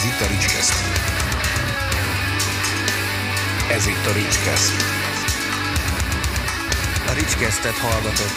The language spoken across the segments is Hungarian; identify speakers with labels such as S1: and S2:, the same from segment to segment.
S1: Ez itt a Ricskeszt. Ez itt a Ricskeszt. A Ricskesztet hallgatott.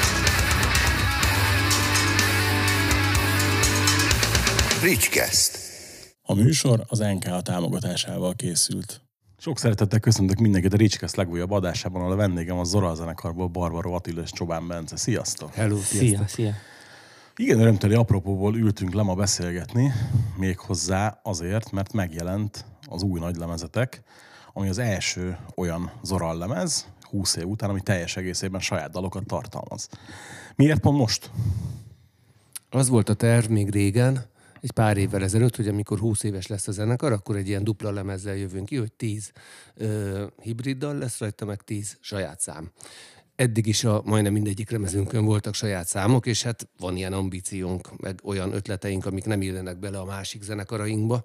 S1: Ricskeszt.
S2: A műsor az NK támogatásával készült. Sok szeretettel köszöntök mindenkit a Ricskeszt legújabb adásában, ahol a vendégem a Zora zenekarból Barbaró Attila és Csobán Bence. Sziasztok!
S3: Hello, szia!
S2: Igen, örömteli apropóból ültünk le ma beszélgetni, méghozzá azért, mert megjelent az új nagylemezetek, ami az első olyan Zora lemez, 20 év után, ami teljes egészében saját dalokat tartalmaz. Miért pont most?
S3: Az volt a terv még régen, egy pár évvel ezelőtt, hogy amikor 20 éves lesz a zenekar, akkor egy ilyen dupla lemezzel jövünk ki, hogy 10 hibrid dal lesz rajta, meg 10 saját szám. Eddig is majdnem mindegyik lemezünkön voltak saját számok, és hát van ilyen ambíciónk, meg olyan ötleteink, amik nem illenek bele a másik zenekarainkba,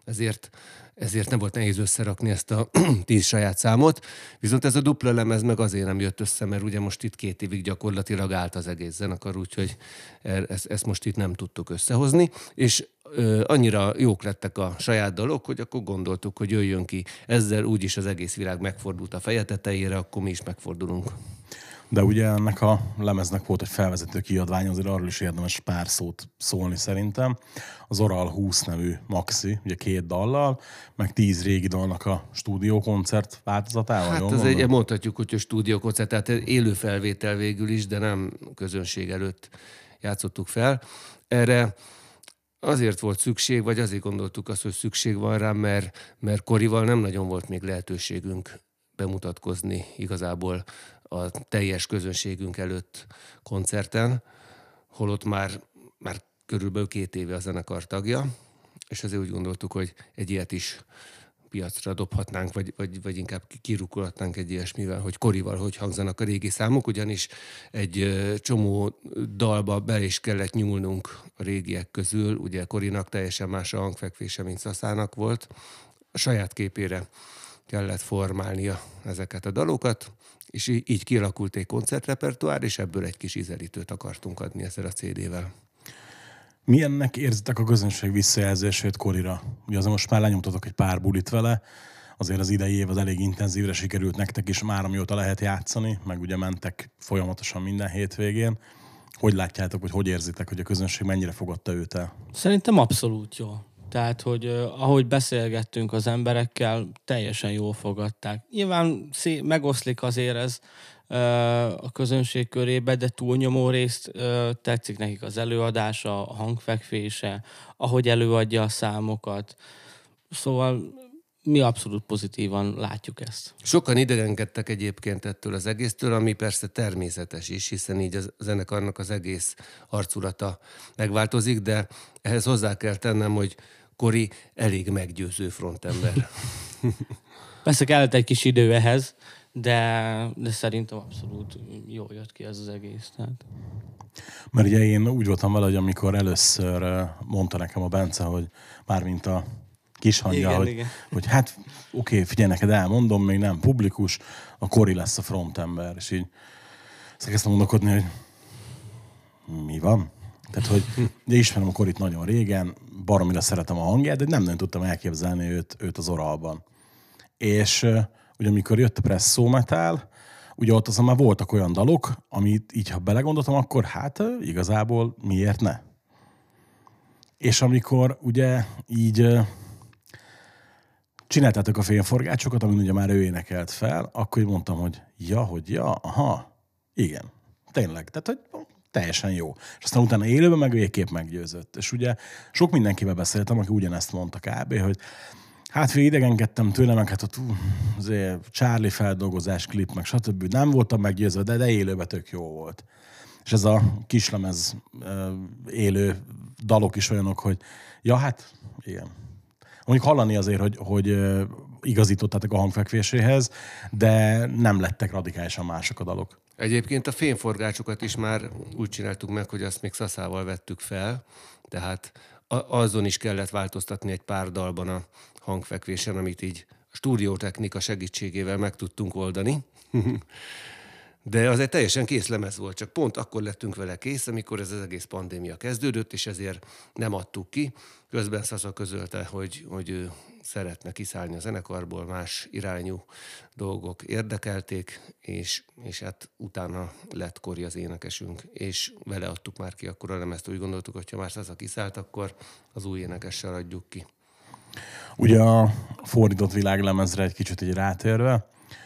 S3: ezért nem volt nehéz összerakni ezt a 10 saját számot. Viszont ez a dupla lemez meg azért nem jött össze, mert ugye most itt 2 évig gyakorlatilag állt az egész zenekar, úgyhogy ezt most itt nem tudtuk összehozni, és annyira jók lettek a saját dalok, hogy akkor gondoltuk, hogy jöjjön ki. Ezzel úgyis az egész világ megfordult a feje tetejére, akkor mi is megfordulunk.
S2: De ugye ennek a lemeznek volt egy felvezető kiadvány, azért arról is érdemes pár szót szólni szerintem. Az Oral 20 nevű maxi, ugye 2 dallal, meg 10 régi dalnak a stúdiókoncert változatával.
S3: Hát mondhatjuk, hogy a stúdiókoncert, tehát élő felvétel végül is, de nem közönség előtt játszottuk fel. Erre azért volt szükség, vagy azért gondoltuk azt, hogy szükség van rá, mert Korival nem nagyon volt még lehetőségünk bemutatkozni igazából a teljes közönségünk előtt koncerten, holott már körülbelül 2 éve a zenekar tagja, és azért úgy gondoltuk, hogy egy ilyet is piacra dobhatnánk, vagy inkább kirúkolhatnánk egy ilyesmivel, hogy Korival hogy hangzanak a régi számok, ugyanis egy csomó dalba be is kellett nyúlnunk a régiek közül, ugye Korinak teljesen más a hangfekvése, mint Szaszának volt. A saját képére kellett formálnia ezeket a dalokat, és így kialakult egy koncertrepertoár, és ebből egy kis ízelítőt akartunk adni ezzel a CD-vel.
S2: Milyennek érzitek a közönség visszajelzését Korira? Ugye azért most már lenyomtatok egy pár bulit vele, azért az idei év az elég intenzívre sikerült nektek is már, amióta lehet játszani, meg ugye mentek folyamatosan minden hétvégén. Hogy látjátok, hogy érzitek, hogy a közönség mennyire fogadta őt el?
S4: Szerintem abszolút jó. Tehát, hogy ahogy beszélgettünk az emberekkel, teljesen jól fogadták. Nyilván megoszlik azért ez a közönség körébe, de túlnyomó részt tetszik nekik az előadása, a hangfekvése, ahogy előadja a számokat. Szóval mi abszolút pozitívan látjuk ezt.
S3: Sokan idegenkedtek egyébként ettől az egésztől, ami persze természetes is, hiszen így a zenekarnak az egész arculata megváltozik, de ehhez hozzá kell tennem, hogy Kori elég meggyőző frontember.
S4: Persze kellett egy kis idő ehhez, de szerintem abszolút jól jött ki ez az egész. Tehát.
S2: Mert ugye én úgy voltam vele, hogy amikor először mondta nekem a Bence, hogy mármint a kishangja, hogy hát oké, figyelj, neked elmondom, még nem publikus, a Kori lesz a frontember. És így kezdtem gondolkodni, hogy mi van? Tehát, hogy de ismerem a Korit nagyon régen, baromira szeretem a hangját, de nem nagyon tudtam elképzelni őt az Oralban. És ugye amikor jött a Presszó Metal, ugye ott azon már voltak olyan dalok, amit így, ha belegondoltam, akkor hát igazából miért ne? És amikor ugye így csináltátok a fényforgácsokat, amin ugye már ő énekelt fel, akkor így mondtam, hogy aha, igen, tényleg, tehát hogy teljesen jó. És aztán utána élőben meg végképp meggyőzött. És ugye sok mindenkivel beszéltem, aki ugyanezt mondta kb., hogy hát idegenkedtem tőle, meg hát ott azért Charlie feldolgozás klip, meg stb. Nem voltam meggyőzve, de élőben tök jó volt. És ez a kislemez élő dalok is olyanok, hogy ja, hát igen. Mondjuk hallani azért, hogy igazítottátok a hangfekvéséhez, de nem lettek radikálisan mások a dalok.
S3: Egyébként a fényforgácsokat is már úgy csináltuk meg, hogy azt még Szaszával vettük fel, tehát azon is kellett változtatni egy pár dalban a hangfekvésen, amit így a stúdiótechnika segítségével meg tudtunk oldani. De az egy teljesen kész lemez volt, csak pont akkor lettünk vele kész, amikor ez az egész pandémia kezdődött, és ezért nem adtuk ki. Közben Szasza közölte, hogy ő szeretne kiszállni a zenekarból, más irányú dolgok érdekelték, és hát utána lett Kori az énekesünk, és vele adtuk már ki akkor a lemezt. Úgy gondoltuk, hogy ha már Szasza kiszállt, akkor az új énekessel adjuk ki.
S2: Ugye a fordított világlemezre egy kicsit így rátérve,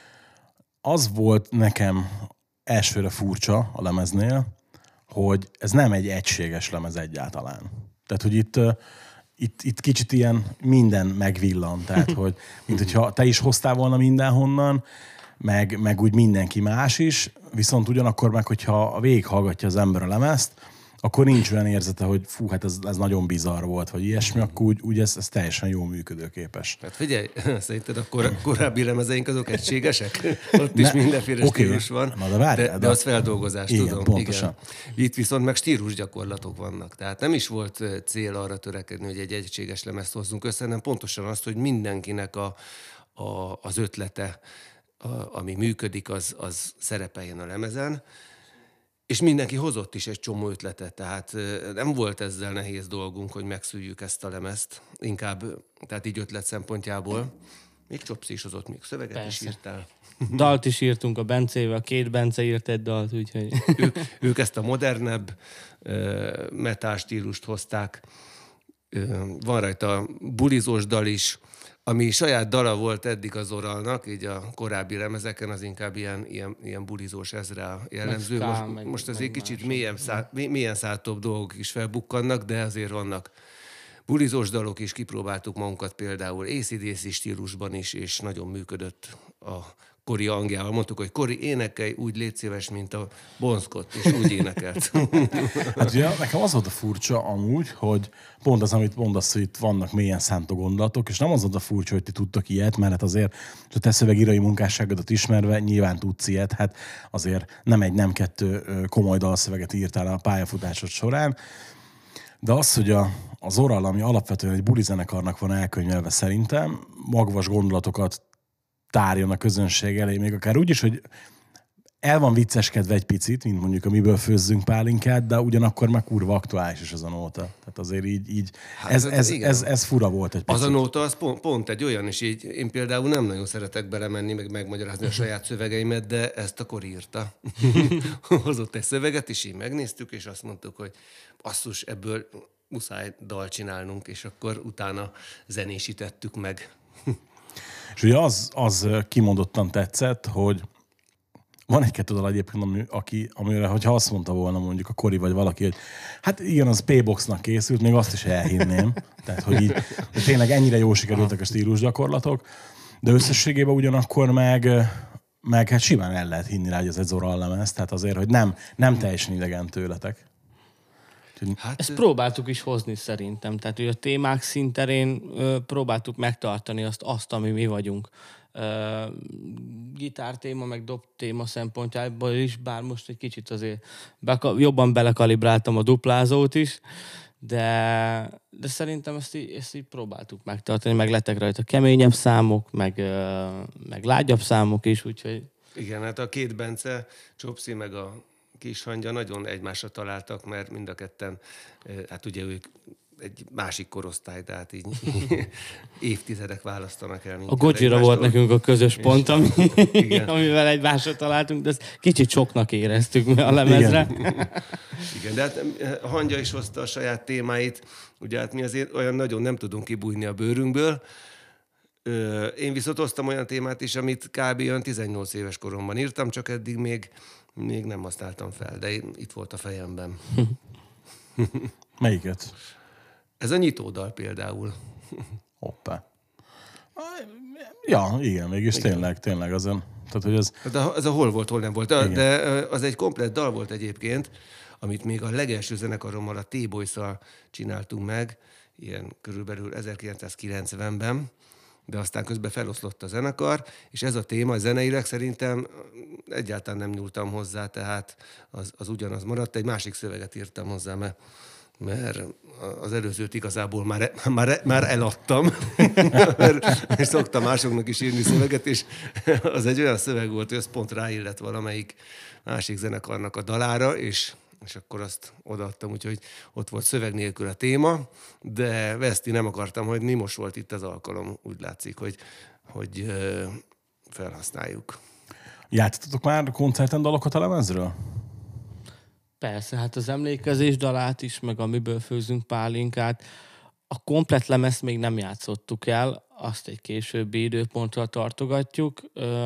S2: az volt nekem elsőre furcsa a lemeznél, hogy ez nem egy egységes lemez egyáltalán. Tehát, hogy itt kicsit ilyen minden megvillan. Tehát, hogy mint hogyha te is hoztál volna mindenhonnan, meg úgy mindenki más is, viszont ugyanakkor meg, hogyha végighallgatja az ember a lemezt, akkor nincs olyan érzete, hogy fú, hát ez nagyon bizarr volt, vagy ilyesmi, akkor úgy ez teljesen jól működőképes.
S3: Hát figyelj, szerinted a korábbi lemezeink azok egységesek? Ott is mindenféle stílus van, de az feldolgozás,
S2: igen,
S3: tudom.
S2: Pontosan.
S3: Igen. Itt viszont meg stílusgyakorlatok vannak. Tehát nem is volt cél arra törekedni, hogy egy egységes lemezt hozzunk össze, hanem pontosan azt, hogy mindenkinek az ötlete, ami működik, az szerepeljen a lemezen. És mindenki hozott is egy csomó ötletet, tehát nem volt ezzel nehéz dolgunk, hogy megszüljük ezt a lemezt, inkább, tehát így ötlet szempontjából. Még Csopszi is hozott, még szöveget
S4: Persze.
S3: is írtál.
S4: Dalt is írtunk a Bencével, 2 Bence írt egy dalt, úgyhogy...
S3: Ők ezt a modernebb metal stílust hozták. Van rajta bulizós dal is, ami saját dala volt eddig az Oralnak, így a korábbi lemezeken, az inkább ilyen bulizós ezre jellemző. Most azért kicsit mélyen szálltóbb dolgok is felbukkannak, de azért vannak bulizós dalok is, kipróbáltuk magunkat például AC/DC stílusban is, és nagyon működött a Kori hangjával. Mondtuk, hogy Kori, énekelj úgy, légy szíves, mint a Bon Scott, és úgy énekelt.
S2: Hát ugye nekem az volt a furcsa amúgy, hogy pont az, amit mondasz, hogy itt vannak mélyen szántó gondolatok, és nem az volt a furcsa, hogy ti tudtak ilyet, mert hát azért a te szövegírói munkásságodat ismerve nyilván tudsz ilyet, hát azért nem 2 komoly dalszöveget írtál a pályafutásod során, de az, hogy az Oral, ami alapvetően egy bulizenekarnak van elkönyvelve szerintem, magvas gondolatokat tárjon a közönség elé, még akár úgy is, hogy el van vicceskedve egy picit, mint mondjuk a Miből főzzünk pálinkát, de ugyanakkor meg kurva aktuális is az a nóta. Tehát azért így hát ez fura volt egy picit.
S3: Az a nóta, az pont egy olyan, és így én például nem nagyon szeretek belemenni, meg megmagyarázni a saját szövegeimet, de ezt akkor írta. Hozott egy szöveget, és így megnéztük, és azt mondtuk, hogy basszus, ebből muszáj dal csinálnunk, és akkor utána zenésítettük meg.
S2: És ugye az kimondottan tetszett, hogy van egy-kettő dal egyébként, amire, hogyha azt mondta volna mondjuk a Kori vagy valaki, hogy hát igen, az P-Boxnak készült, még azt is elhinném. Tehát, hogy tényleg ennyire jól sikerültek a stílusgyakorlatok, de összességében ugyanakkor meg hát simán el lehet hinni rá, hogy ez egy Oral lemez, tehát azért, hogy nem teljesen idegen tőletek.
S4: Hát, ezt próbáltuk is hozni szerintem. Tehát, hogy a témák szinterén próbáltuk megtartani azt, ami mi vagyunk. Gitártéma, meg dob téma szempontjából is, bár most egy kicsit azért jobban belekalibráltam a duplázót is, de szerintem ezt így próbáltuk megtartani, meg lettek rajta keményebb számok, meg lágyabb számok is, úgyhogy... Igen,
S3: hát a 2 Bence, Csopszi meg a Kis Hangya nagyon egymásra találtak, mert mind a ketten, hát ugye ők egy másik korosztály, tehát így évtizedek választanak el.
S4: A Gojira volt nekünk a közös pont, amivel egymásra találtunk, de ezt kicsit soknak éreztük mi a lemezre.
S3: Igen, de hát a Hangya is hozta a saját témáit, ugye hát mi azért olyan nagyon nem tudunk kibújni a bőrünkből. Én viszont hoztam olyan témát is, amit kb. Olyan 18 éves koromban írtam, csak eddig még nem használtam fel, de itt volt a fejemben.
S2: Melyiket?
S3: Ez a nyitódal például.
S2: Hoppá. Ja, igen, mégis igen. Tényleg azon. Tehát, hogy
S3: ez a hol volt, hol nem volt. De az egy komplett dal volt egyébként, amit még a legelső zenekarommal, a T-Boys-szal csináltunk meg, ilyen körülbelül 1990-ben, de aztán közben feloszlott a zenekar, és ez a téma zeneileg szerintem egyáltalán nem nyúltam hozzá, tehát az ugyanaz maradt, egy másik szöveget írtam hozzá, mert mert az előzőt igazából már eladtam, mert szoktam másoknak is írni szöveget, és az egy olyan szöveg volt, hogy az pont ráillett valamelyik másik zenekarnak a dalára, és akkor azt odaadtam, úgyhogy ott volt szöveg nélkül a téma, de Veszti nem akartam hagyni, most volt itt az alkalom, úgy látszik, hogy felhasználjuk.
S2: Játszottatok már koncerten dalokat a lemezről?
S4: Persze, hát az emlékezés dalát is, meg amiből főzünk pálinkát. A komplett lemezt még nem játszottuk el, azt egy későbbi időpontra tartogatjuk,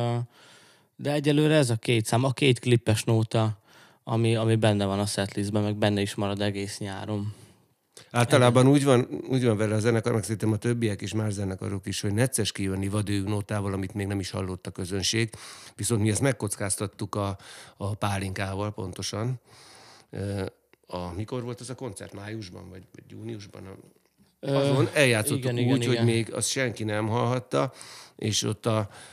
S4: de egyelőre ez a 2 szám, a 2 klippes nóta, ami benne van a setlistben, meg benne is marad egész nyáron.
S3: Általában úgy van vele a zenekar, meg szerintem a többiek is, más zenekarok is, hogy necces kijönni vadő nótával, amit még nem is hallott a közönség. Viszont mi ezt megkockáztattuk a pálinkával pontosan. Mikor volt ez a koncert? Májusban vagy júniusban? Azon eljátszottuk úgy, hogy még azt senki nem hallhatta, és ott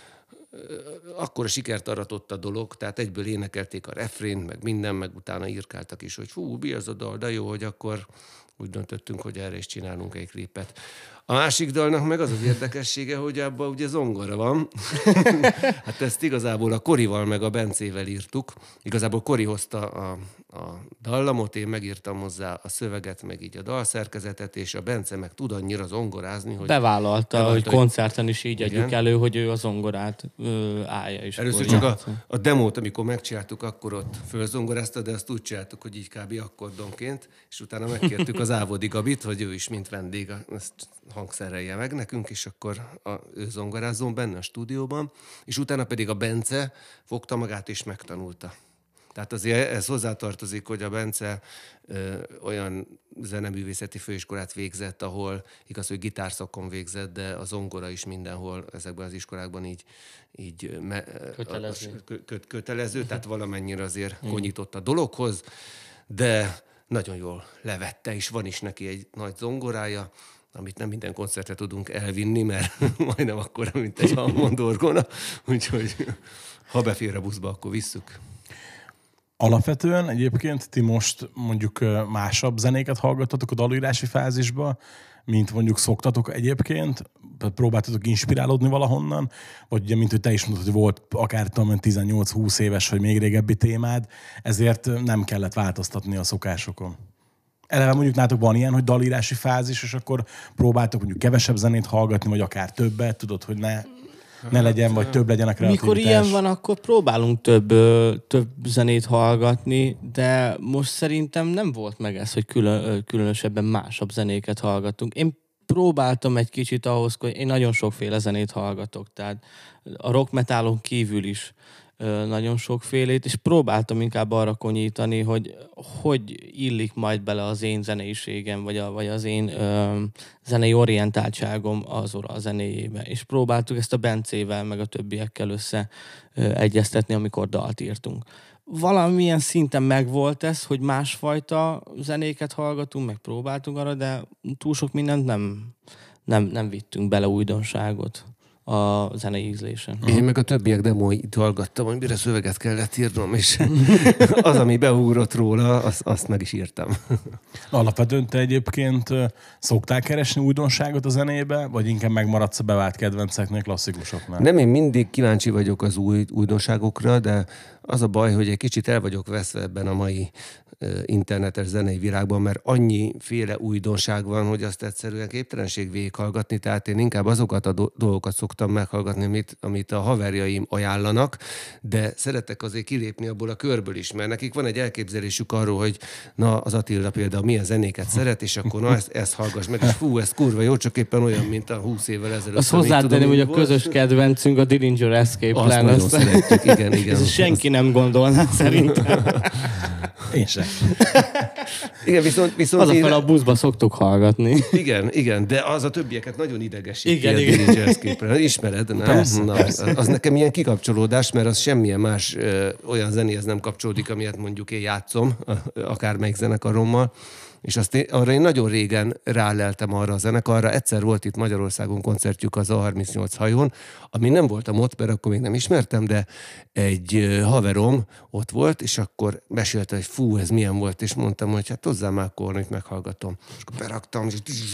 S3: akkora sikert aratott a dolog, tehát egyből énekelték a refrént, meg minden, meg utána írkáltak is, hogy fú, mi az a dal, de jó, hogy akkor úgy döntöttünk, hogy erre is csinálunk egy klipet. A másik dalnak meg az az érdekessége, hogy abban ugye zongora van. Hát ezt igazából a Korival meg a Bencével írtuk. Igazából Kori hozta a dallamot, én megírtam hozzá a szöveget, meg így a dalszerkezetet, és a Bence meg tud annyira zongorázni, hogy...
S4: Bevállalta, hogy koncerten is így adjuk elő, hogy ő a zongorát állja is.
S3: Először csak a demót, amikor megcsináltuk, akkor ott fölzongorázta, de azt úgy csináltuk, hogy így kb. Akkordonként, és utána megkértük az Ávodi Gabit, hogy ő is, mint vendég, ezt hangszerelje meg nekünk, és akkor ő zongorázzon benne a stúdióban, és utána pedig a Bence fogta magát és megtanulta. Tehát azért ez hozzátartozik, hogy a Bence olyan zeneművészeti főiskolát végzett, ahol igaz, hogy gitárszakon végzett, de a zongora is mindenhol ezekben az iskolákban így kötelező, tehát valamennyire azért konyított a dologhoz, de nagyon jól levette, és van is neki egy nagy zongorája, amit nem minden koncertre tudunk elvinni, mert majdnem akkora, mint egy Hammond orgona, úgyhogy ha befér a buszba, akkor visszük.
S2: Alapvetően egyébként ti most mondjuk másabb zenéket hallgattatok a dalírási fázisba, mint mondjuk szoktatok egyébként? Próbáltatok inspirálódni valahonnan? Vagy ugye, mint hogy te is mondtad, hogy volt akár 18-20 éves, vagy még régebbi témád, ezért nem kellett változtatni a szokásokon. Eleve mondjuk nálatok van ilyen, hogy dalírási fázis, és akkor próbáltok mondjuk kevesebb zenét hallgatni, vagy akár többet, tudod, hogy ne legyen, vagy több legyen a kreativitás.
S4: Mikor ilyen van, akkor próbálunk több zenét hallgatni, de most szerintem nem volt meg ez, hogy különösebben másabb zenéket hallgatunk. Én próbáltam egy kicsit ahhoz, hogy én nagyon sokféle zenét hallgatok, tehát a rock metalon kívül is nagyon sokfélét, és próbáltam inkább arra konyítani, hogy illik majd bele az én zeneiségem, vagy az én zenei orientáltságom az a zenéjébe. És próbáltuk ezt a Bencével, meg a többiekkel egyeztetni, amikor dalt írtunk. Valamilyen szinten megvolt ez, hogy másfajta zenéket hallgatunk, meg próbáltunk arra, de túl sok mindent nem vittünk bele újdonságot a zenei ízlésen.
S3: Én meg a többiek demóit hallgattam, hogy mire szöveget kellett írnom, és az, ami beugrott róla, azt meg is írtam.
S2: Alapvetően te egyébként szoktál keresni újdonságot a zenébe, vagy inkább megmaradsz a bevált kedvenceknél, klasszikusoknál?
S3: Nem, én mindig kíváncsi vagyok az újdonságokra, de az a baj, hogy egy kicsit el vagyok veszve ebben a mai internetes zenei világban, mert annyiféle újdonság van, hogy azt egyszerűen képtelenség végighallgatni, tehát én inkább azokat a dolgokat szoktam meghallgatni, amit a haverjaim ajánlanak, de szeretek azért kilépni abból a körből is, mert nekik van egy elképzelésük arról, hogy na, az Attila például milyen zenéket szeret, és akkor na, ezt hallgass meg, és fú, ez kurva jó, csak éppen olyan, mint a 20 évvel ezelőtt.
S4: Azt hozzátenném, hogy a közös kedvencünk a Dillinger Escape Plan.
S3: Azt szeretjük, igen.
S4: Ez senki nem gondolná szerintem.
S2: Én sem.
S3: Igen, viszont
S4: az a fel a buszba szoktuk hallgatni.
S3: Igen, de az a többieket nagyon idegesíti.
S4: Igen.
S3: Ismered, nem? Persze. Az nekem ilyen kikapcsolódás, mert az semmilyen más olyan zenéhez nem kapcsolódik, amilyet mondjuk én játszom, akármelyik zenekarommal, És arra én nagyon régen ráleltem arra a zenekarra. Egyszer volt itt Magyarországon koncertjük az A38 hajón, ami nem voltam ott, mert akkor még nem ismertem, de egy haverom ott volt, és akkor mesélte, hogy fú, ez milyen volt, és mondtam, hogy hát hozzá már kornit meghallgatom. És akkor beraktam,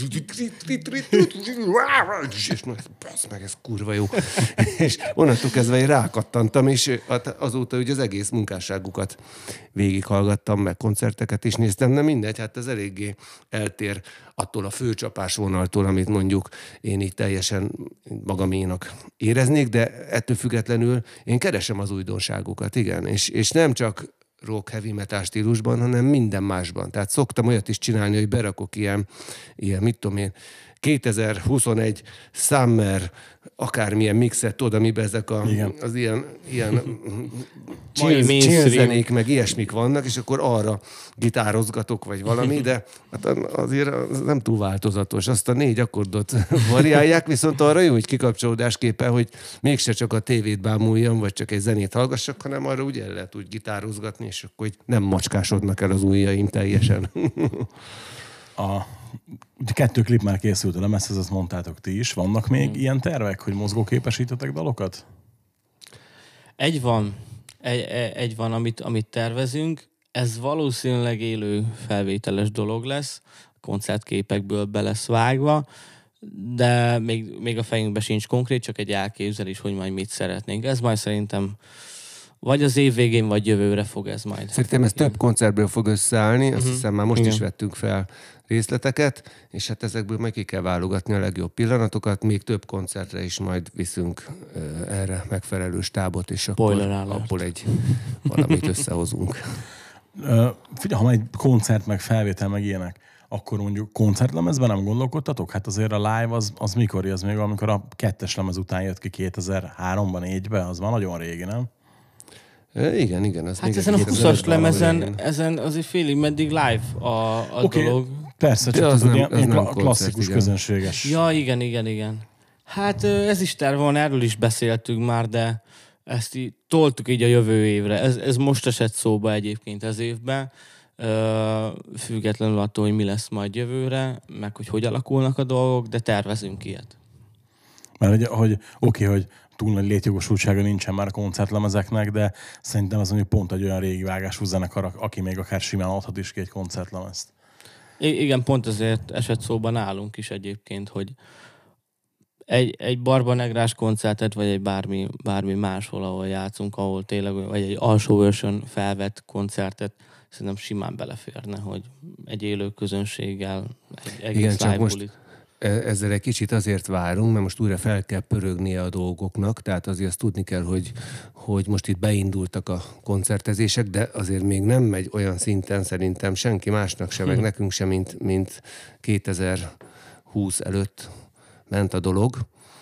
S3: és basz meg, ez kurva jó. És onnantól kezdve én rákattantam, és azóta ugye az egész munkásságukat végighallgattam, meg koncerteket is néztem, de mindegy, hát ez eléggé eltér attól a főcsapás vonaltól, amit mondjuk én így teljesen magaménak éreznék, de ettől függetlenül én keresem az újdonságokat, igen, és nem csak rock, heavy metal stílusban, hanem minden másban. Tehát szoktam olyat is csinálni, hogy berakok ilyen mit tudom én, 2021 Summer akármilyen mixet, tudod, amiben ezek az ilyen chill zenék, meg ilyesmik vannak, és akkor arra gitározgatok, vagy valami, de hát azért az nem túl változatos. Azt a 4 akkordot variálják, viszont arra jó, hogy kikapcsolódásképpen, hogy mégse csak a tévét bámuljam, vagy csak egy zenét hallgassak, hanem arra úgy el lehet úgy gitározgatni, és akkor nem macskásodnak el az ujjaim teljesen.
S2: 2 klip már készült a lemezhez, azt mondtátok ti is. Vannak még ilyen tervek, hogy mozgóképesítetek dalokat?
S4: Egy van, amit tervezünk. Ez valószínűleg élő felvételes dolog lesz. A koncertképekből be lesz vágva, de még a fejünkben sincs konkrét, csak egy elképzelés, hogy majd mit szeretnénk. Ez majd szerintem vagy az év végén, vagy jövőre fog ez majd.
S3: Szerintem ez több koncertből fog összeállni, azt hiszem már most is vettünk fel részleteket, és hát ezekből meg ki kell válogatni a legjobb pillanatokat, még több koncertre is majd viszünk erre megfelelő stábot, és akkor abból valamit összehozunk.
S2: Figyelj, ha egy koncert, meg felvétel, meg ilyenek, akkor mondjuk koncertlemezben nem gondolkodtatok? Hát azért a live az mikor az még, amikor a 2-es lemez után jött ki 2003-ban, 4-ben, az már nagyon régi, nem?
S3: Igen. Az
S4: hát ezen a 20-as lemezen, ezen azért félig meddig live a dolog.
S2: Persze, csak az nem klasszikus, közönséges.
S4: Ja, igen. Hát ez is terv van, erről is beszéltünk már, de ezt így toltuk így a jövő évre. Ez most esett szóba egyébként ez évben, függetlenül attól, hogy mi lesz majd jövőre, meg hogy alakulnak a dolgok, de tervezünk ilyet.
S2: Mert hogy túl nagy létjogosultsága nincsen már a koncertlemezeknek, de szerintem az mondjuk pont egy olyan régi vágású zenekar, aki még akár simán adhat is ki egy koncertlemezt.
S4: Igen, pont ezért esett szóban nálunk is egyébként, hogy egy barbanegrás koncertet, vagy egy bármi máshol, ahol játszunk, ahol tényleg, vagy egy alsó version felvett koncertet, szerintem simán beleférne, hogy egy élő közönséggel egy egész live bulit.
S3: Ezzel egy kicsit azért várunk, mert most újra fel kell pörögnie a dolgoknak, tehát azért azt tudni kell, hogy most itt beindultak a koncertezések, de azért még nem megy olyan szinten szerintem senki másnak se, meg nekünk se, mint 2020 előtt ment a dolog,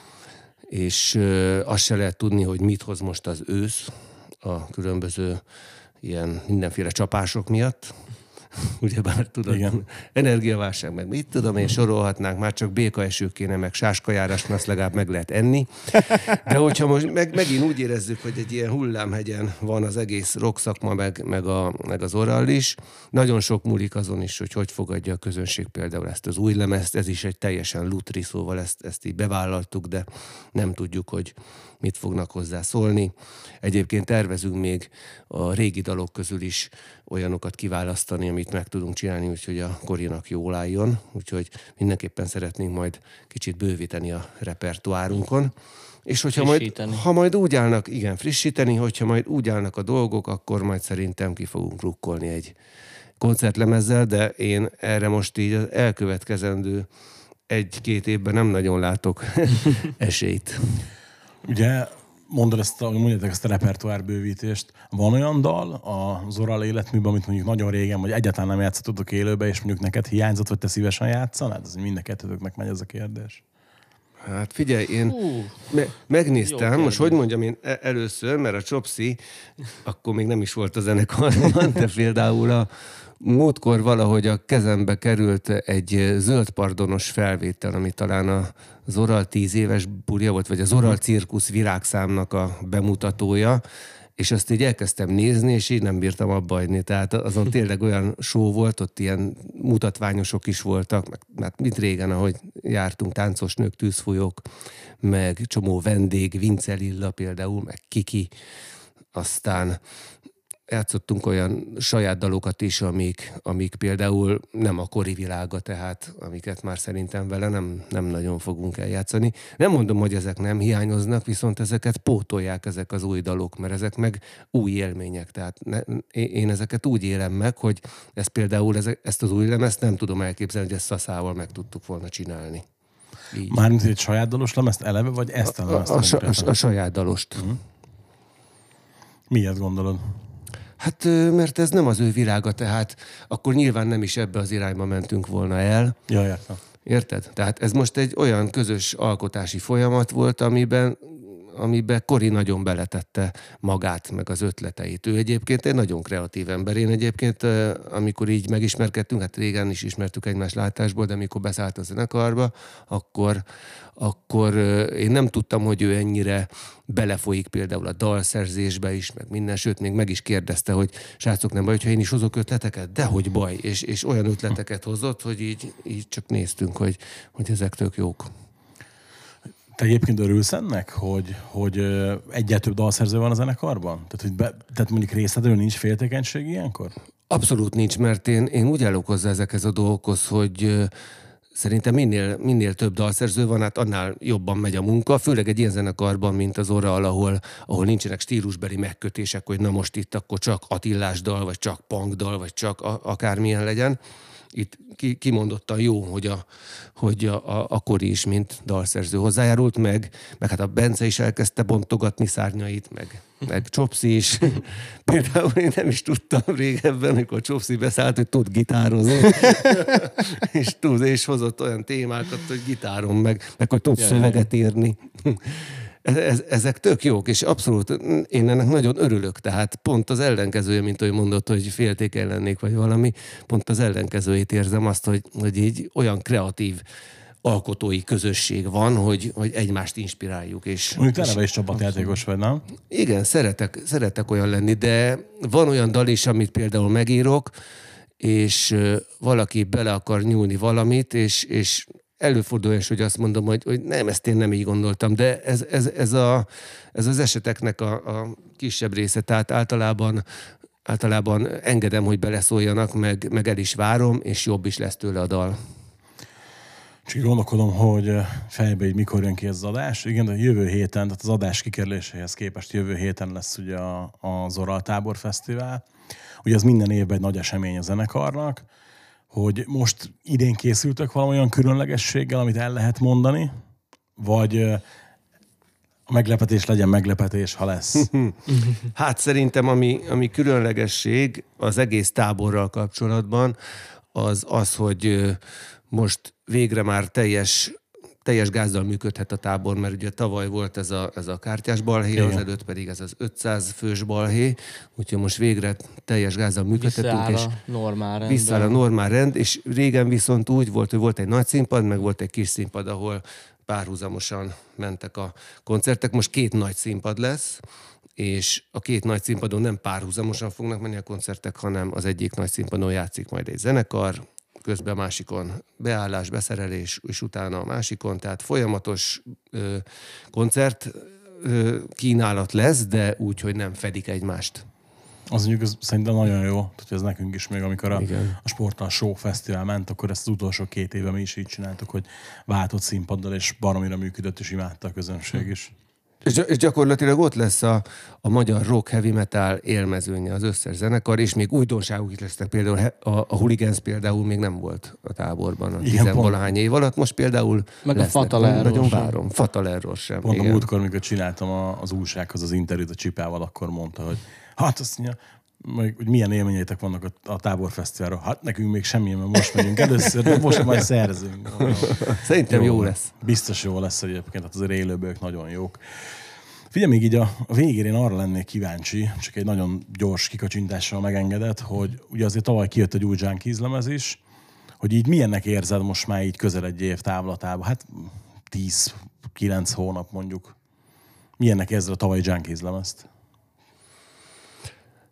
S3: és azt se lehet tudni, hogy mit hoz most az ősz a különböző ilyen mindenféle csapások miatt. Ugyebár tudod, igen. Energiaválság, meg mit tudom én, sorolhatnánk, már csak békaeső kéne, meg sáskajárás, azt legalább meg lehet enni. De hogyha most megint úgy érezzük, hogy egy ilyen hullámhegyen van az egész rock szakma, meg az orral is, nagyon sok múlik azon is, hogy fogadja a közönség például ezt az új lemezt, ez is egy teljesen lutri, szóval ezt így bevállaltuk, de nem tudjuk, hogy mit fognak hozzá szólni. Egyébként tervezünk még a régi dalok közül is olyanokat kiválasztani, amit meg tudunk csinálni, úgyhogy a Korinak jól álljon. Úgyhogy mindenképpen szeretnénk majd kicsit bővíteni a repertoárunkon. És hogyha ha majd úgy állnak, igen, frissíteni, hogyha majd úgy állnak a dolgok, akkor majd szerintem ki fogunk rukkolni egy koncertlemezzel, de én erre most így az elkövetkezendő 1-2 évben nem nagyon látok esélyt.
S2: Ugye mondjátok ezt a repertoárbővítést. Van olyan dal az Oral életműben, amit mondjuk nagyon régen, vagy egyáltalán nem játszottatok élőbe, és mondjuk neked hiányzott, vagy te szívesen játszanád? Ez mind a kettőtöknek megy ez a kérdés.
S3: Hát figyelj, én megnéztem, most hogy mondjam én először, mert a Csopszi akkor még nem is volt a zenekarban, de például a múltkor valahogy a kezembe került egy zöldpardonos felvétel, ami talán az Oral 10 éves bulja volt, vagy az Oral Cirkusz virágszámnak a bemutatója. és azt így elkezdtem nézni, és így nem bírtam abba hagyni. Tehát azon tényleg olyan show volt, ott ilyen mutatványosok is voltak, meg mint régen, ahogy jártunk, táncos nők, tűzfolyók, meg csomó vendég, Vince Lilla például, meg Kiki. Aztán játszottunk olyan saját dalokat is, amik például nem a kori világa, tehát amiket már szerintem vele nem nagyon fogunk eljátszani. Nem mondom, hogy ezek nem hiányoznak, viszont ezeket pótolják ezek az új dalok, mert ezek meg új élmények. Tehát én ezeket úgy élem meg, hogy ez például ezt az új lemezt nem tudom elképzelni, hogy ezt szaszával meg tudtuk volna csinálni. Így.
S2: Mármint egy saját dalos lemezt eleve, vagy ezt a lemezt?
S3: A saját dalost.
S2: Miért gondolod?
S3: Hát, mert ez nem az ő világa, tehát akkor nyilván nem is ebbe az irányba mentünk volna el.
S2: Ja, értem.
S3: Érted? Tehát ez most egy olyan közös alkotási folyamat volt, amiben Kori nagyon beletette magát, meg az ötleteit. Ő egyébként egy nagyon kreatív ember. Én egyébként, amikor így megismerkedtünk, hát régen is ismertük egymást látásból, de amikor beszállt a zenekarba, akkor én nem tudtam, hogy ő ennyire belefolyik például a dalszerzésbe is, meg minden, sőt, még meg is kérdezte, hogy srácok, nem baj, hogyha én is hozok ötleteket? Dehogy baj. És olyan ötleteket hozott, hogy így csak néztünk, hogy ezek tök jók.
S2: Te egyébként örülsz ennek, hogy egyre több dalszerző van a zenekarban? Tehát mondjuk részletről nincs féltékenység ilyenkor?
S3: Abszolút nincs, mert én úgy állok hozzá ezekhez a dolgokhoz, hogy szerintem minél több dalszerző van, hát annál jobban megy a munka, főleg egy ilyen zenekarban, mint az Oral, ahol nincsenek stílusbeli megkötések, hogy na most itt akkor csak Attillás dal, vagy csak punk dal, vagy csak akármilyen legyen. Itt kimondottan jó, hogy a Kori is, mint dalszerző hozzájárult, meg hát a Bence is elkezdte bontogatni szárnyait, meg Csopszi is. Például én nem is tudtam régebben, amikor Csopszi beszállt, hogy tud gitározni. és hozott olyan témákat, hogy gitáron, meg hogy tud szöveget írni. Ezek tök jók, és abszolút én ennek nagyon örülök, tehát pont az ellenkezője, mint ahogy mondott, hogy féltékeny lennék, vagy valami, pont az ellenkezőjét érzem azt, hogy így olyan kreatív alkotói közösség van, hogy egymást inspiráljuk.
S2: Mondjuk te eleve is csapatjátékos vagy, nem?
S3: Igen, szeretek olyan lenni, de van olyan dal is, amit például megírok, és valaki bele akar nyúlni valamit, és előfordul is, hogy azt mondom, hogy nem, ezt én nem így gondoltam, de ez az eseteknek a kisebb része, tehát általában engedem, hogy beleszóljanak, meg el is várom, és jobb is lesz tőle a dal.
S2: Csak gondolkodom, hogy fejbe így mikor jön ki ez az adás. Igen, de jövő héten, tehát az adás kikerüléséhez képest jövő héten lesz ugye az Oral Tábor Fesztivál. Ugye ez minden évben egy nagy esemény a zenekarnak, hogy most idén készültök valamilyen különlegességgel, amit el lehet mondani, vagy a meglepetés legyen meglepetés, ha lesz.
S3: Hát szerintem, ami különlegesség az egész táborral kapcsolatban, az, hogy most végre már teljes gázzal működhet a tábor, mert ugye tavaly volt ez a kártyás balhé, az előtt pedig ez az 500 fős balhé, úgyhogy most végre teljes gázzal működhetünk. Visszáll a normál rend, és régen viszont úgy volt, hogy volt egy nagy színpad, meg volt egy kis színpad, ahol párhuzamosan mentek a koncertek. Most 2 nagy színpad lesz, és a 2 nagy színpadon nem párhuzamosan fognak menni a koncertek, hanem az egyik nagy színpadon játszik majd egy zenekar, közben a másikon beállás, beszerelés, és utána a másikon, tehát folyamatos koncert kínálat lesz, de úgy, hogy nem fedik egymást.
S2: Az mondjuk szerintem nagyon jó, tehát ez nekünk is még, amikor a Sporttal Show Fesztivál ment, akkor ezt az utolsó 2 éve mi is így csináltuk, hogy váltott színpaddal, és baromira működött, és imádta a közönség is.
S3: És gyakorlatilag ott lesz a magyar rock, heavy metal élmezőnye az összes zenekar, és még újdonságok is lesznek. Például a Hooligans például még nem volt a táborban a 10-valahány év alatt. Most például
S4: meg
S3: lesznek.
S4: A Fatal Error
S3: nagyon várom. Fatal Error sem.
S2: Pont a múltkor, amikor csináltam az újsághoz az interjút a Csipával, akkor mondta, hogy hát azt mondja, hogy milyen élményeitek vannak a táborfesztiválról. Hát nekünk még semmilyen, mert most megyünk először, de most majd szerzünk.
S3: Szerintem jó lesz.
S2: Biztos jó lesz egyébként, hát azért élőbők nagyon jók. Figyelj, még így a végén én arra lennék kíváncsi, csak egy nagyon gyors kikacsintással megengedett, hogy ugye azért tavaly kijött egy új Junkies lemez is, hogy így milyennek érzed most már így közel egy év távlatában, hát 10-9 hónap mondjuk. Milyennek érzed a tavalyi Junkies lemezt?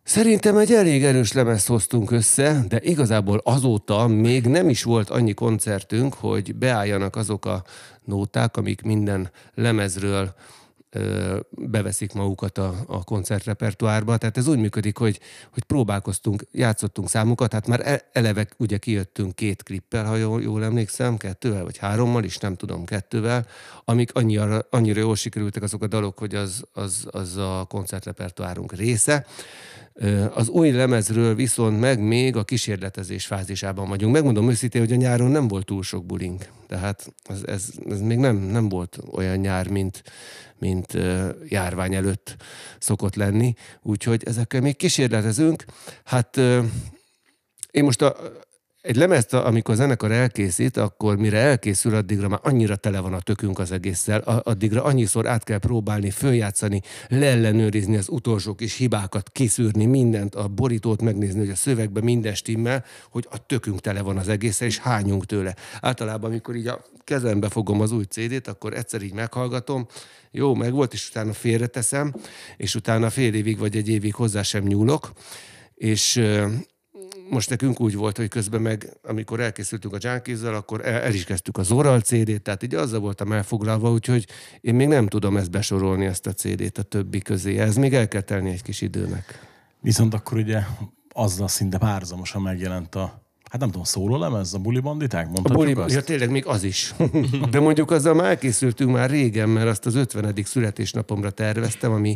S3: Szerintem egy elég erős lemezt hoztunk össze, de igazából azóta még nem is volt annyi koncertünk, hogy beálljanak azok a nóták, amik minden lemezről beveszik magukat a koncertrepertoárba. Tehát ez úgy működik, hogy próbálkoztunk, játszottunk számokat, hát már eleve ugye kijöttünk 2 klippel, ha jól emlékszem, 2-vel vagy 3-mal is, nem tudom, 2-vel, amik annyira jól sikerültek azok a dalok, hogy az a koncertrepertoárunk része. Az új lemezről viszont meg még a kísérletezés fázisában vagyunk. Megmondom őszintén, hogy a nyáron nem volt túl sok bulink. Tehát ez még nem volt olyan nyár, mint járvány előtt szokott lenni. Úgyhogy ezekkel még kísérletezünk. Hát én most egy lemezt, amikor a zenekar elkészít, akkor mire elkészül, addigra már annyira tele van a tökünk az egésszel, addigra annyiszor át kell próbálni, följátszani, leellenőrizni az utolsó kis hibákat, kiszűrni mindent, a borítót megnézni, hogy a szövegben minden stimmel, hogy a tökünk tele van az egésszel, és hányunk tőle. Általában, amikor így a kezembe fogom az új CD-t, akkor egyszer így meghallgatom, jó, megvolt, és utána félreteszem, és utána fél évig vagy egy évig hozzá sem nyúlok, és most nekünk úgy volt, hogy közben meg, amikor elkészültünk a Junkies-zal, akkor el is kezdtük a Zoral CD-t, tehát így azzal voltam elfoglalva, úgyhogy én még nem tudom ezt besorolni, ezt a CD-t a többi közé. Ez még el kell telni egy kis időnek.
S2: Viszont akkor ugye azzal szinte párhuzamosan megjelent hát nem tudom, szólólemez, a Buli Banditák? Mondhatjuk azt?
S3: Ja, tényleg még az is. De mondjuk azzal már elkészültünk már régen, mert azt az 50. születésnapomra terveztem, ami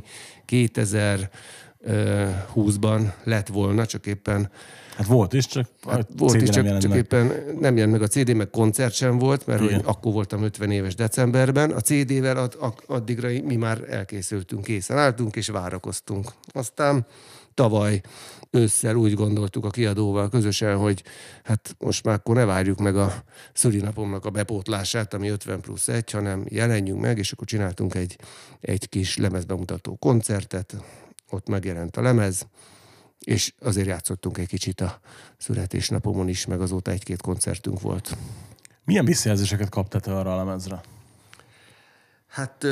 S3: 2020-ban lett volna, csak éppen
S2: Hát volt is, csak
S3: csak éppen nem jelent meg a CD, meg koncert sem volt, mert hogy akkor voltam 50 éves decemberben. A CD-vel addigra mi már elkészültünk, készen álltunk, és várakoztunk. Aztán tavaly ősszel úgy gondoltuk a kiadóval közösen, hogy hát most már akkor ne várjuk meg a szülinapomnak a bepótlását, ami 50+1, hanem jelenjünk meg, és akkor csináltunk egy kis lemezbemutató koncertet, ott megjelent a lemez, és azért játszottunk egy kicsit a születésnapomon is, meg azóta 1-2 koncertünk volt.
S2: Milyen visszajelzéseket kaptál te arra a lemezre?
S3: Hát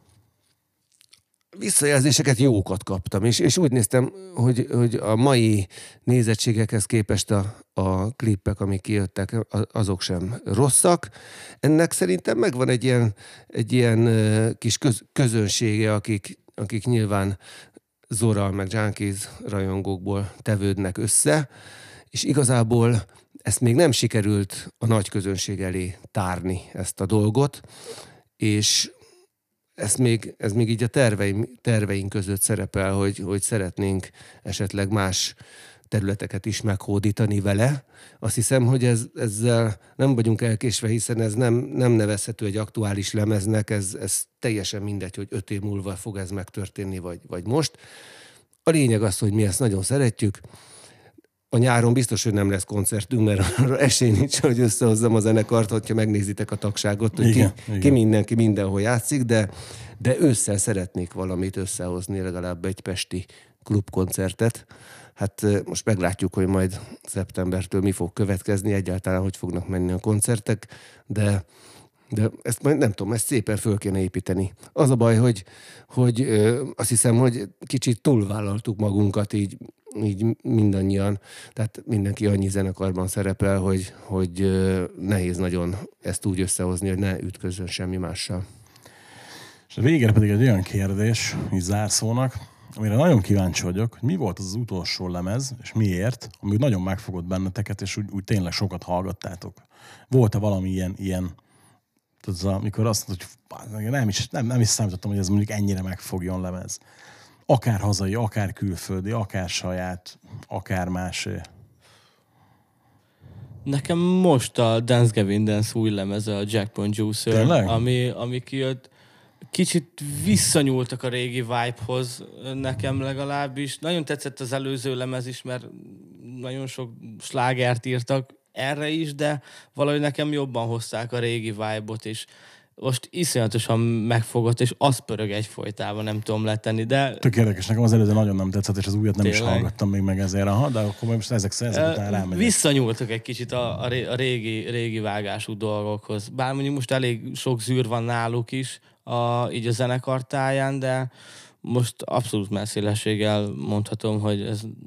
S3: visszajelzéseket jókat kaptam, és úgy néztem, hogy a mai nézettségekhez képest a klippek, amik kijöttek, azok sem rosszak. Ennek szerintem megvan egy ilyen kis közönsége, akik nyilván Zoral meg Junkies rajongókból tevődnek össze, és igazából ezt még nem sikerült a nagy közönség elé tárni, ezt a dolgot, és ez még így a terveink között szerepel, hogy szeretnénk esetleg más területeket is meghódítani vele. Azt hiszem, hogy ezzel nem vagyunk elkésve, hiszen ez nem nevezhető egy aktuális lemeznek, ez teljesen mindegy, hogy 5 év múlva fog ez megtörténni, vagy most. A lényeg az, hogy mi ezt nagyon szeretjük. A nyáron biztos, hogy nem lesz koncertünk, mert arra esély nincs, hogy összehozzam a zenekart, hogyha megnézitek a tagságot, hogy ki mindenki mindenhol játszik, de ősszel szeretnék valamit összehozni, legalább egy pesti klubkoncertet. Hát most meglátjuk, hogy majd szeptembertől mi fog következni, egyáltalán hogy fognak menni a koncertek, de ezt majd nem tudom, ezt szépen föl kéne építeni. Az a baj, hogy azt hiszem, hogy kicsit túlvállaltuk magunkat így mindannyian, tehát mindenki annyi zenekarban szerepel, hogy nehéz nagyon ezt úgy összehozni, hogy ne ütközzön semmi mással.
S2: És a végére pedig egy olyan kérdés, így zárszónak, amire nagyon kíváncsi vagyok, hogy mi volt az utolsó lemez, és miért, ami nagyon megfogott benneteket, és úgy tényleg sokat hallgattátok. Volt-e valami ilyen amikor azt mondod, hogy nem is számítottam, hogy ez mondjuk ennyire megfogjon lemez. Akár hazai, akár külföldi, akár saját, akár másé.
S4: Nekem most a Dance Gavin Dance új lemeze, a Jackpot Juicer, ami kijött. Kicsit visszanyúltak a régi vibe-hoz, nekem legalábbis. Nagyon tetszett az előző lemez is, mert nagyon sok slágert írtak erre is, de valahogy nekem jobban hozták a régi vibe-ot, és most iszonyatosan megfogott, és az pörög egyfolytában, nem tudom letenni, de...
S2: Tök érdekes, nekem az előző nagyon nem tetszett, és az újat nem is hallgattam még meg ezért, de akkor most ezek után rámegyek.
S4: Visszanyúltak egy kicsit a régi vágású dolgokhoz. Bár mondjuk most elég sok zűr van náluk is, így a zenekartáján, de most abszolút messzélességgel mondhatom, hogy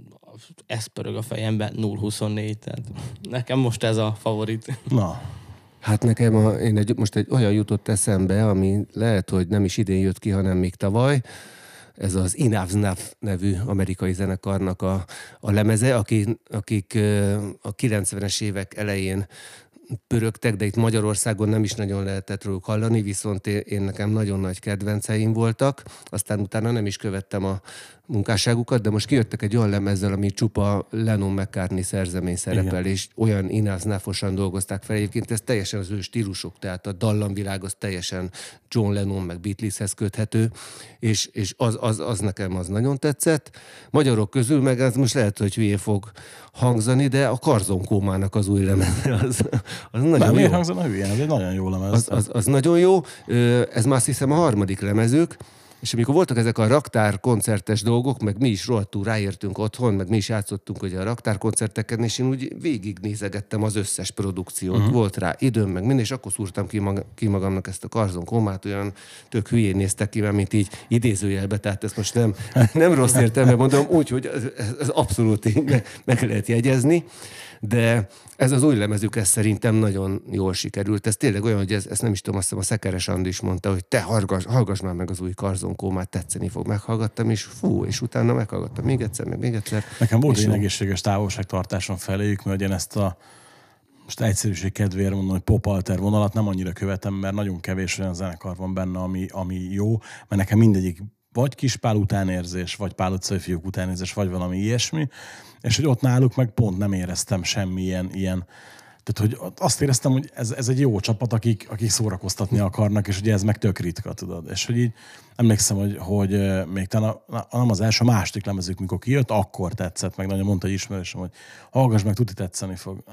S4: ez pörög a fejemben 0-24, tehát nekem most ez a favorit.
S2: Na.
S3: Hát nekem most egy olyan jutott eszembe, ami lehet, hogy nem is idén jött ki, hanem még tavaly. Ez az Enough Enough nevű amerikai zenekarnak a lemeze, akik a 90-es évek elején pörögtek, de itt Magyarországon nem is nagyon lehetett róluk hallani, viszont én nekem nagyon nagy kedvenceim voltak, aztán utána nem is követtem a munkásságukat, de most kijöttek egy olyan lemezzel, ami csupa Lennon-McCartney szerzemény szerepel, igen. És olyan Enough-osan dolgozták fel. Egyébként ez teljesen az ő stílusuk, tehát a dallamvilág az teljesen John Lennon meg Beatleshez köthető, és az nekem az nagyon tetszett. Magyarok közül meg az most lehet, hogy hülyén fog hangzani, de a Karzon Kómának az új lemeze az nagyon jó.
S2: Miért hangzana hülyén? Ez egy nagyon jó lemez.
S3: Az nagyon jó. Ez már azt hiszem a harmadik lemezük, és amikor voltak ezek a raktárkoncertes dolgok, meg mi is rohadtul ráértünk otthon, meg mi is játszottunk ugye a raktárkoncerteken, és én úgy végignézegettem az összes produkciót. Volt rá időm, meg minden, és akkor szúrtam ki magamnak ezt a Karzon Kómát, olyan tök hülyén néztek ki, mint így idézőjelbe, tehát ezt most nem rossz értelme mondom, úgyhogy ez abszolút így meg lehet jegyezni. De ez az új lemezük, ez szerintem nagyon jól sikerült. Ez tényleg olyan, hogy ezt nem is tudom, azt hiszem a Szekeres Andi is mondta, hogy te hallgass már meg az új Karzon Kómát, tetszeni fog. Meghallgattam, és és utána meghallgattam még egyszer.
S2: Nekem volt egy egészséges távolságtartáson feléjük, mert én ezt most egyszerűség kedvéért mondom, hogy pop-alter vonalat nem annyira követem, mert nagyon kevés olyan zenekar van benne, ami jó, mert nekem mindegyik vagy Kispál utánérzés, vagy Pál utcai fiúk utánérzés, vagy valami ilyesmi, és hogy ott náluk meg pont nem éreztem semmilyen ilyen. Tehát, hogy azt éreztem, hogy ez egy jó csapat, akik szórakoztatni akarnak, és ugye ez meg tök ritka, tudod. És hogy így emlékszem, hogy még talán nem az első, a második lemezük, mikor kijött, akkor tetszett, meg nagyon mondta egy ismerősöm, hogy hallgass meg, tuti tetszeni fog.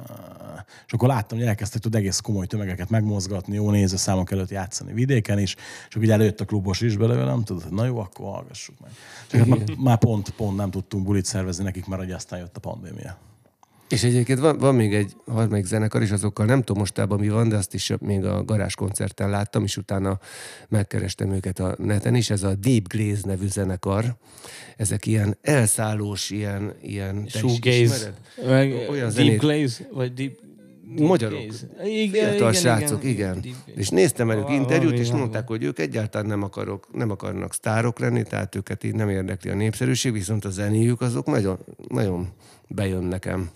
S2: És akkor láttam, hogy elkezdtek tud egész komoly tömegeket megmozgatni, jó nézőszámok előtt játszani vidéken is, és akkor ugye előtt a klubos is belőlem, tudod, hogy na jó, akkor hallgassuk meg. Csak hát már pont nem tudtunk bulit szervezni nekik, mert ugye aztán jött a pandémia.
S3: És egyébként van még egy harmadik zenekar, és azokkal nem tudom mostában mi van, de azt is még a garázskoncerten láttam, és utána megkerestem őket a neten is. Ez a Deep Glaze nevű zenekar. Ezek ilyen elszállós, ilyen
S4: shoegaze. Olyan Deep Glaze? Vagy Deep
S3: magyarok. Fiatal srácok, igen. És néztem velük interjút, és mondták, hogy ők egyáltalán nem akarnak sztárok lenni, tehát őket így nem érdekli a népszerűség, viszont a zenéjük azok nagyon, nagyon bejön nekem.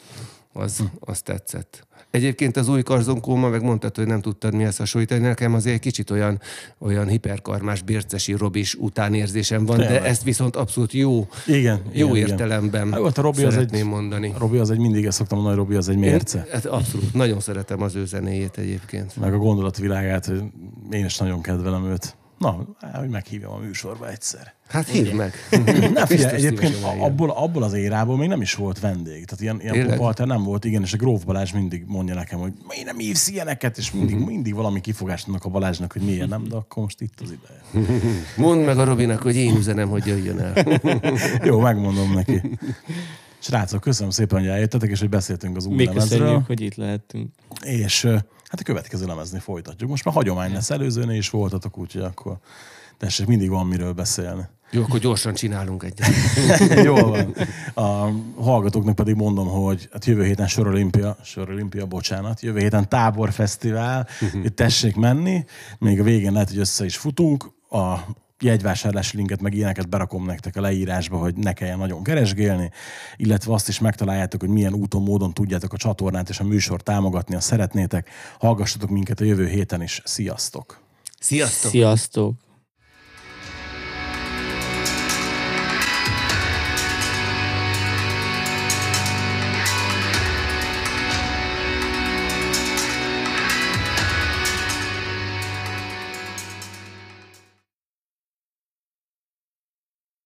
S3: Az tetszett. Egyébként az új Karzon Kóma, meg mondtad, hogy nem tudtad mihez hasonlítani, nekem azért egy kicsit olyan hiperkarmás, bércesi Robis utánérzésem van, de ezt viszont abszolút jó értelemben szeretném mondani.
S2: Robi az mindig ezt szoktam mondani, Robi az egy mérce.
S3: Abszolút, nagyon szeretem az ő zenéjét egyébként.
S2: Meg a gondolatvilágát, én is nagyon kedvelem őt. Na, hogy meghívjam a műsorba egyszer.
S3: Hát hívd meg.
S2: Nem, figyelj, egyébként abból az érából még nem is volt vendég. Tehát ilyen pop-alter nem volt, igen, és a Gróf Balázs mindig mondja nekem, hogy miért nem hívsz ilyeneket, és mindig valami kifogást adnak a Balázsnak, hogy miért nem, de akkor most itt az ideje.
S3: Mondd meg a Robinak, hogy én üzenem, hogy jöjjön el.
S2: Jó, megmondom neki. Srácok, köszönöm szépen, hogy eljöttetek, és hogy beszéltünk az új lemezről.
S4: Köszönjük, hogy itt lehettünk.
S2: És hát a következő lemezni folytatjuk. Most már hagyomány lesz, előzőnél is voltatok, úgyhogy akkor tessék, mindig van miről beszélni.
S3: Jó, akkor gyorsan csinálunk egyet.
S2: Jól van. A hallgatóknak pedig mondom, hogy hát jövő héten Sörolimpia, bocsánat, jövő héten Táborfesztivál, itt tessék menni, még a végén lehet, hogy össze is futunk. A jegyvásárlási linket, meg ilyeneket berakom nektek a leírásba, hogy ne kelljen nagyon keresgélni, illetve azt is megtaláljátok, hogy milyen úton, módon tudjátok a csatornát és a műsort támogatni, ha szeretnétek. Hallgassatok minket a jövő héten is. Sziasztok!
S3: Sziasztok!
S4: Sziasztok!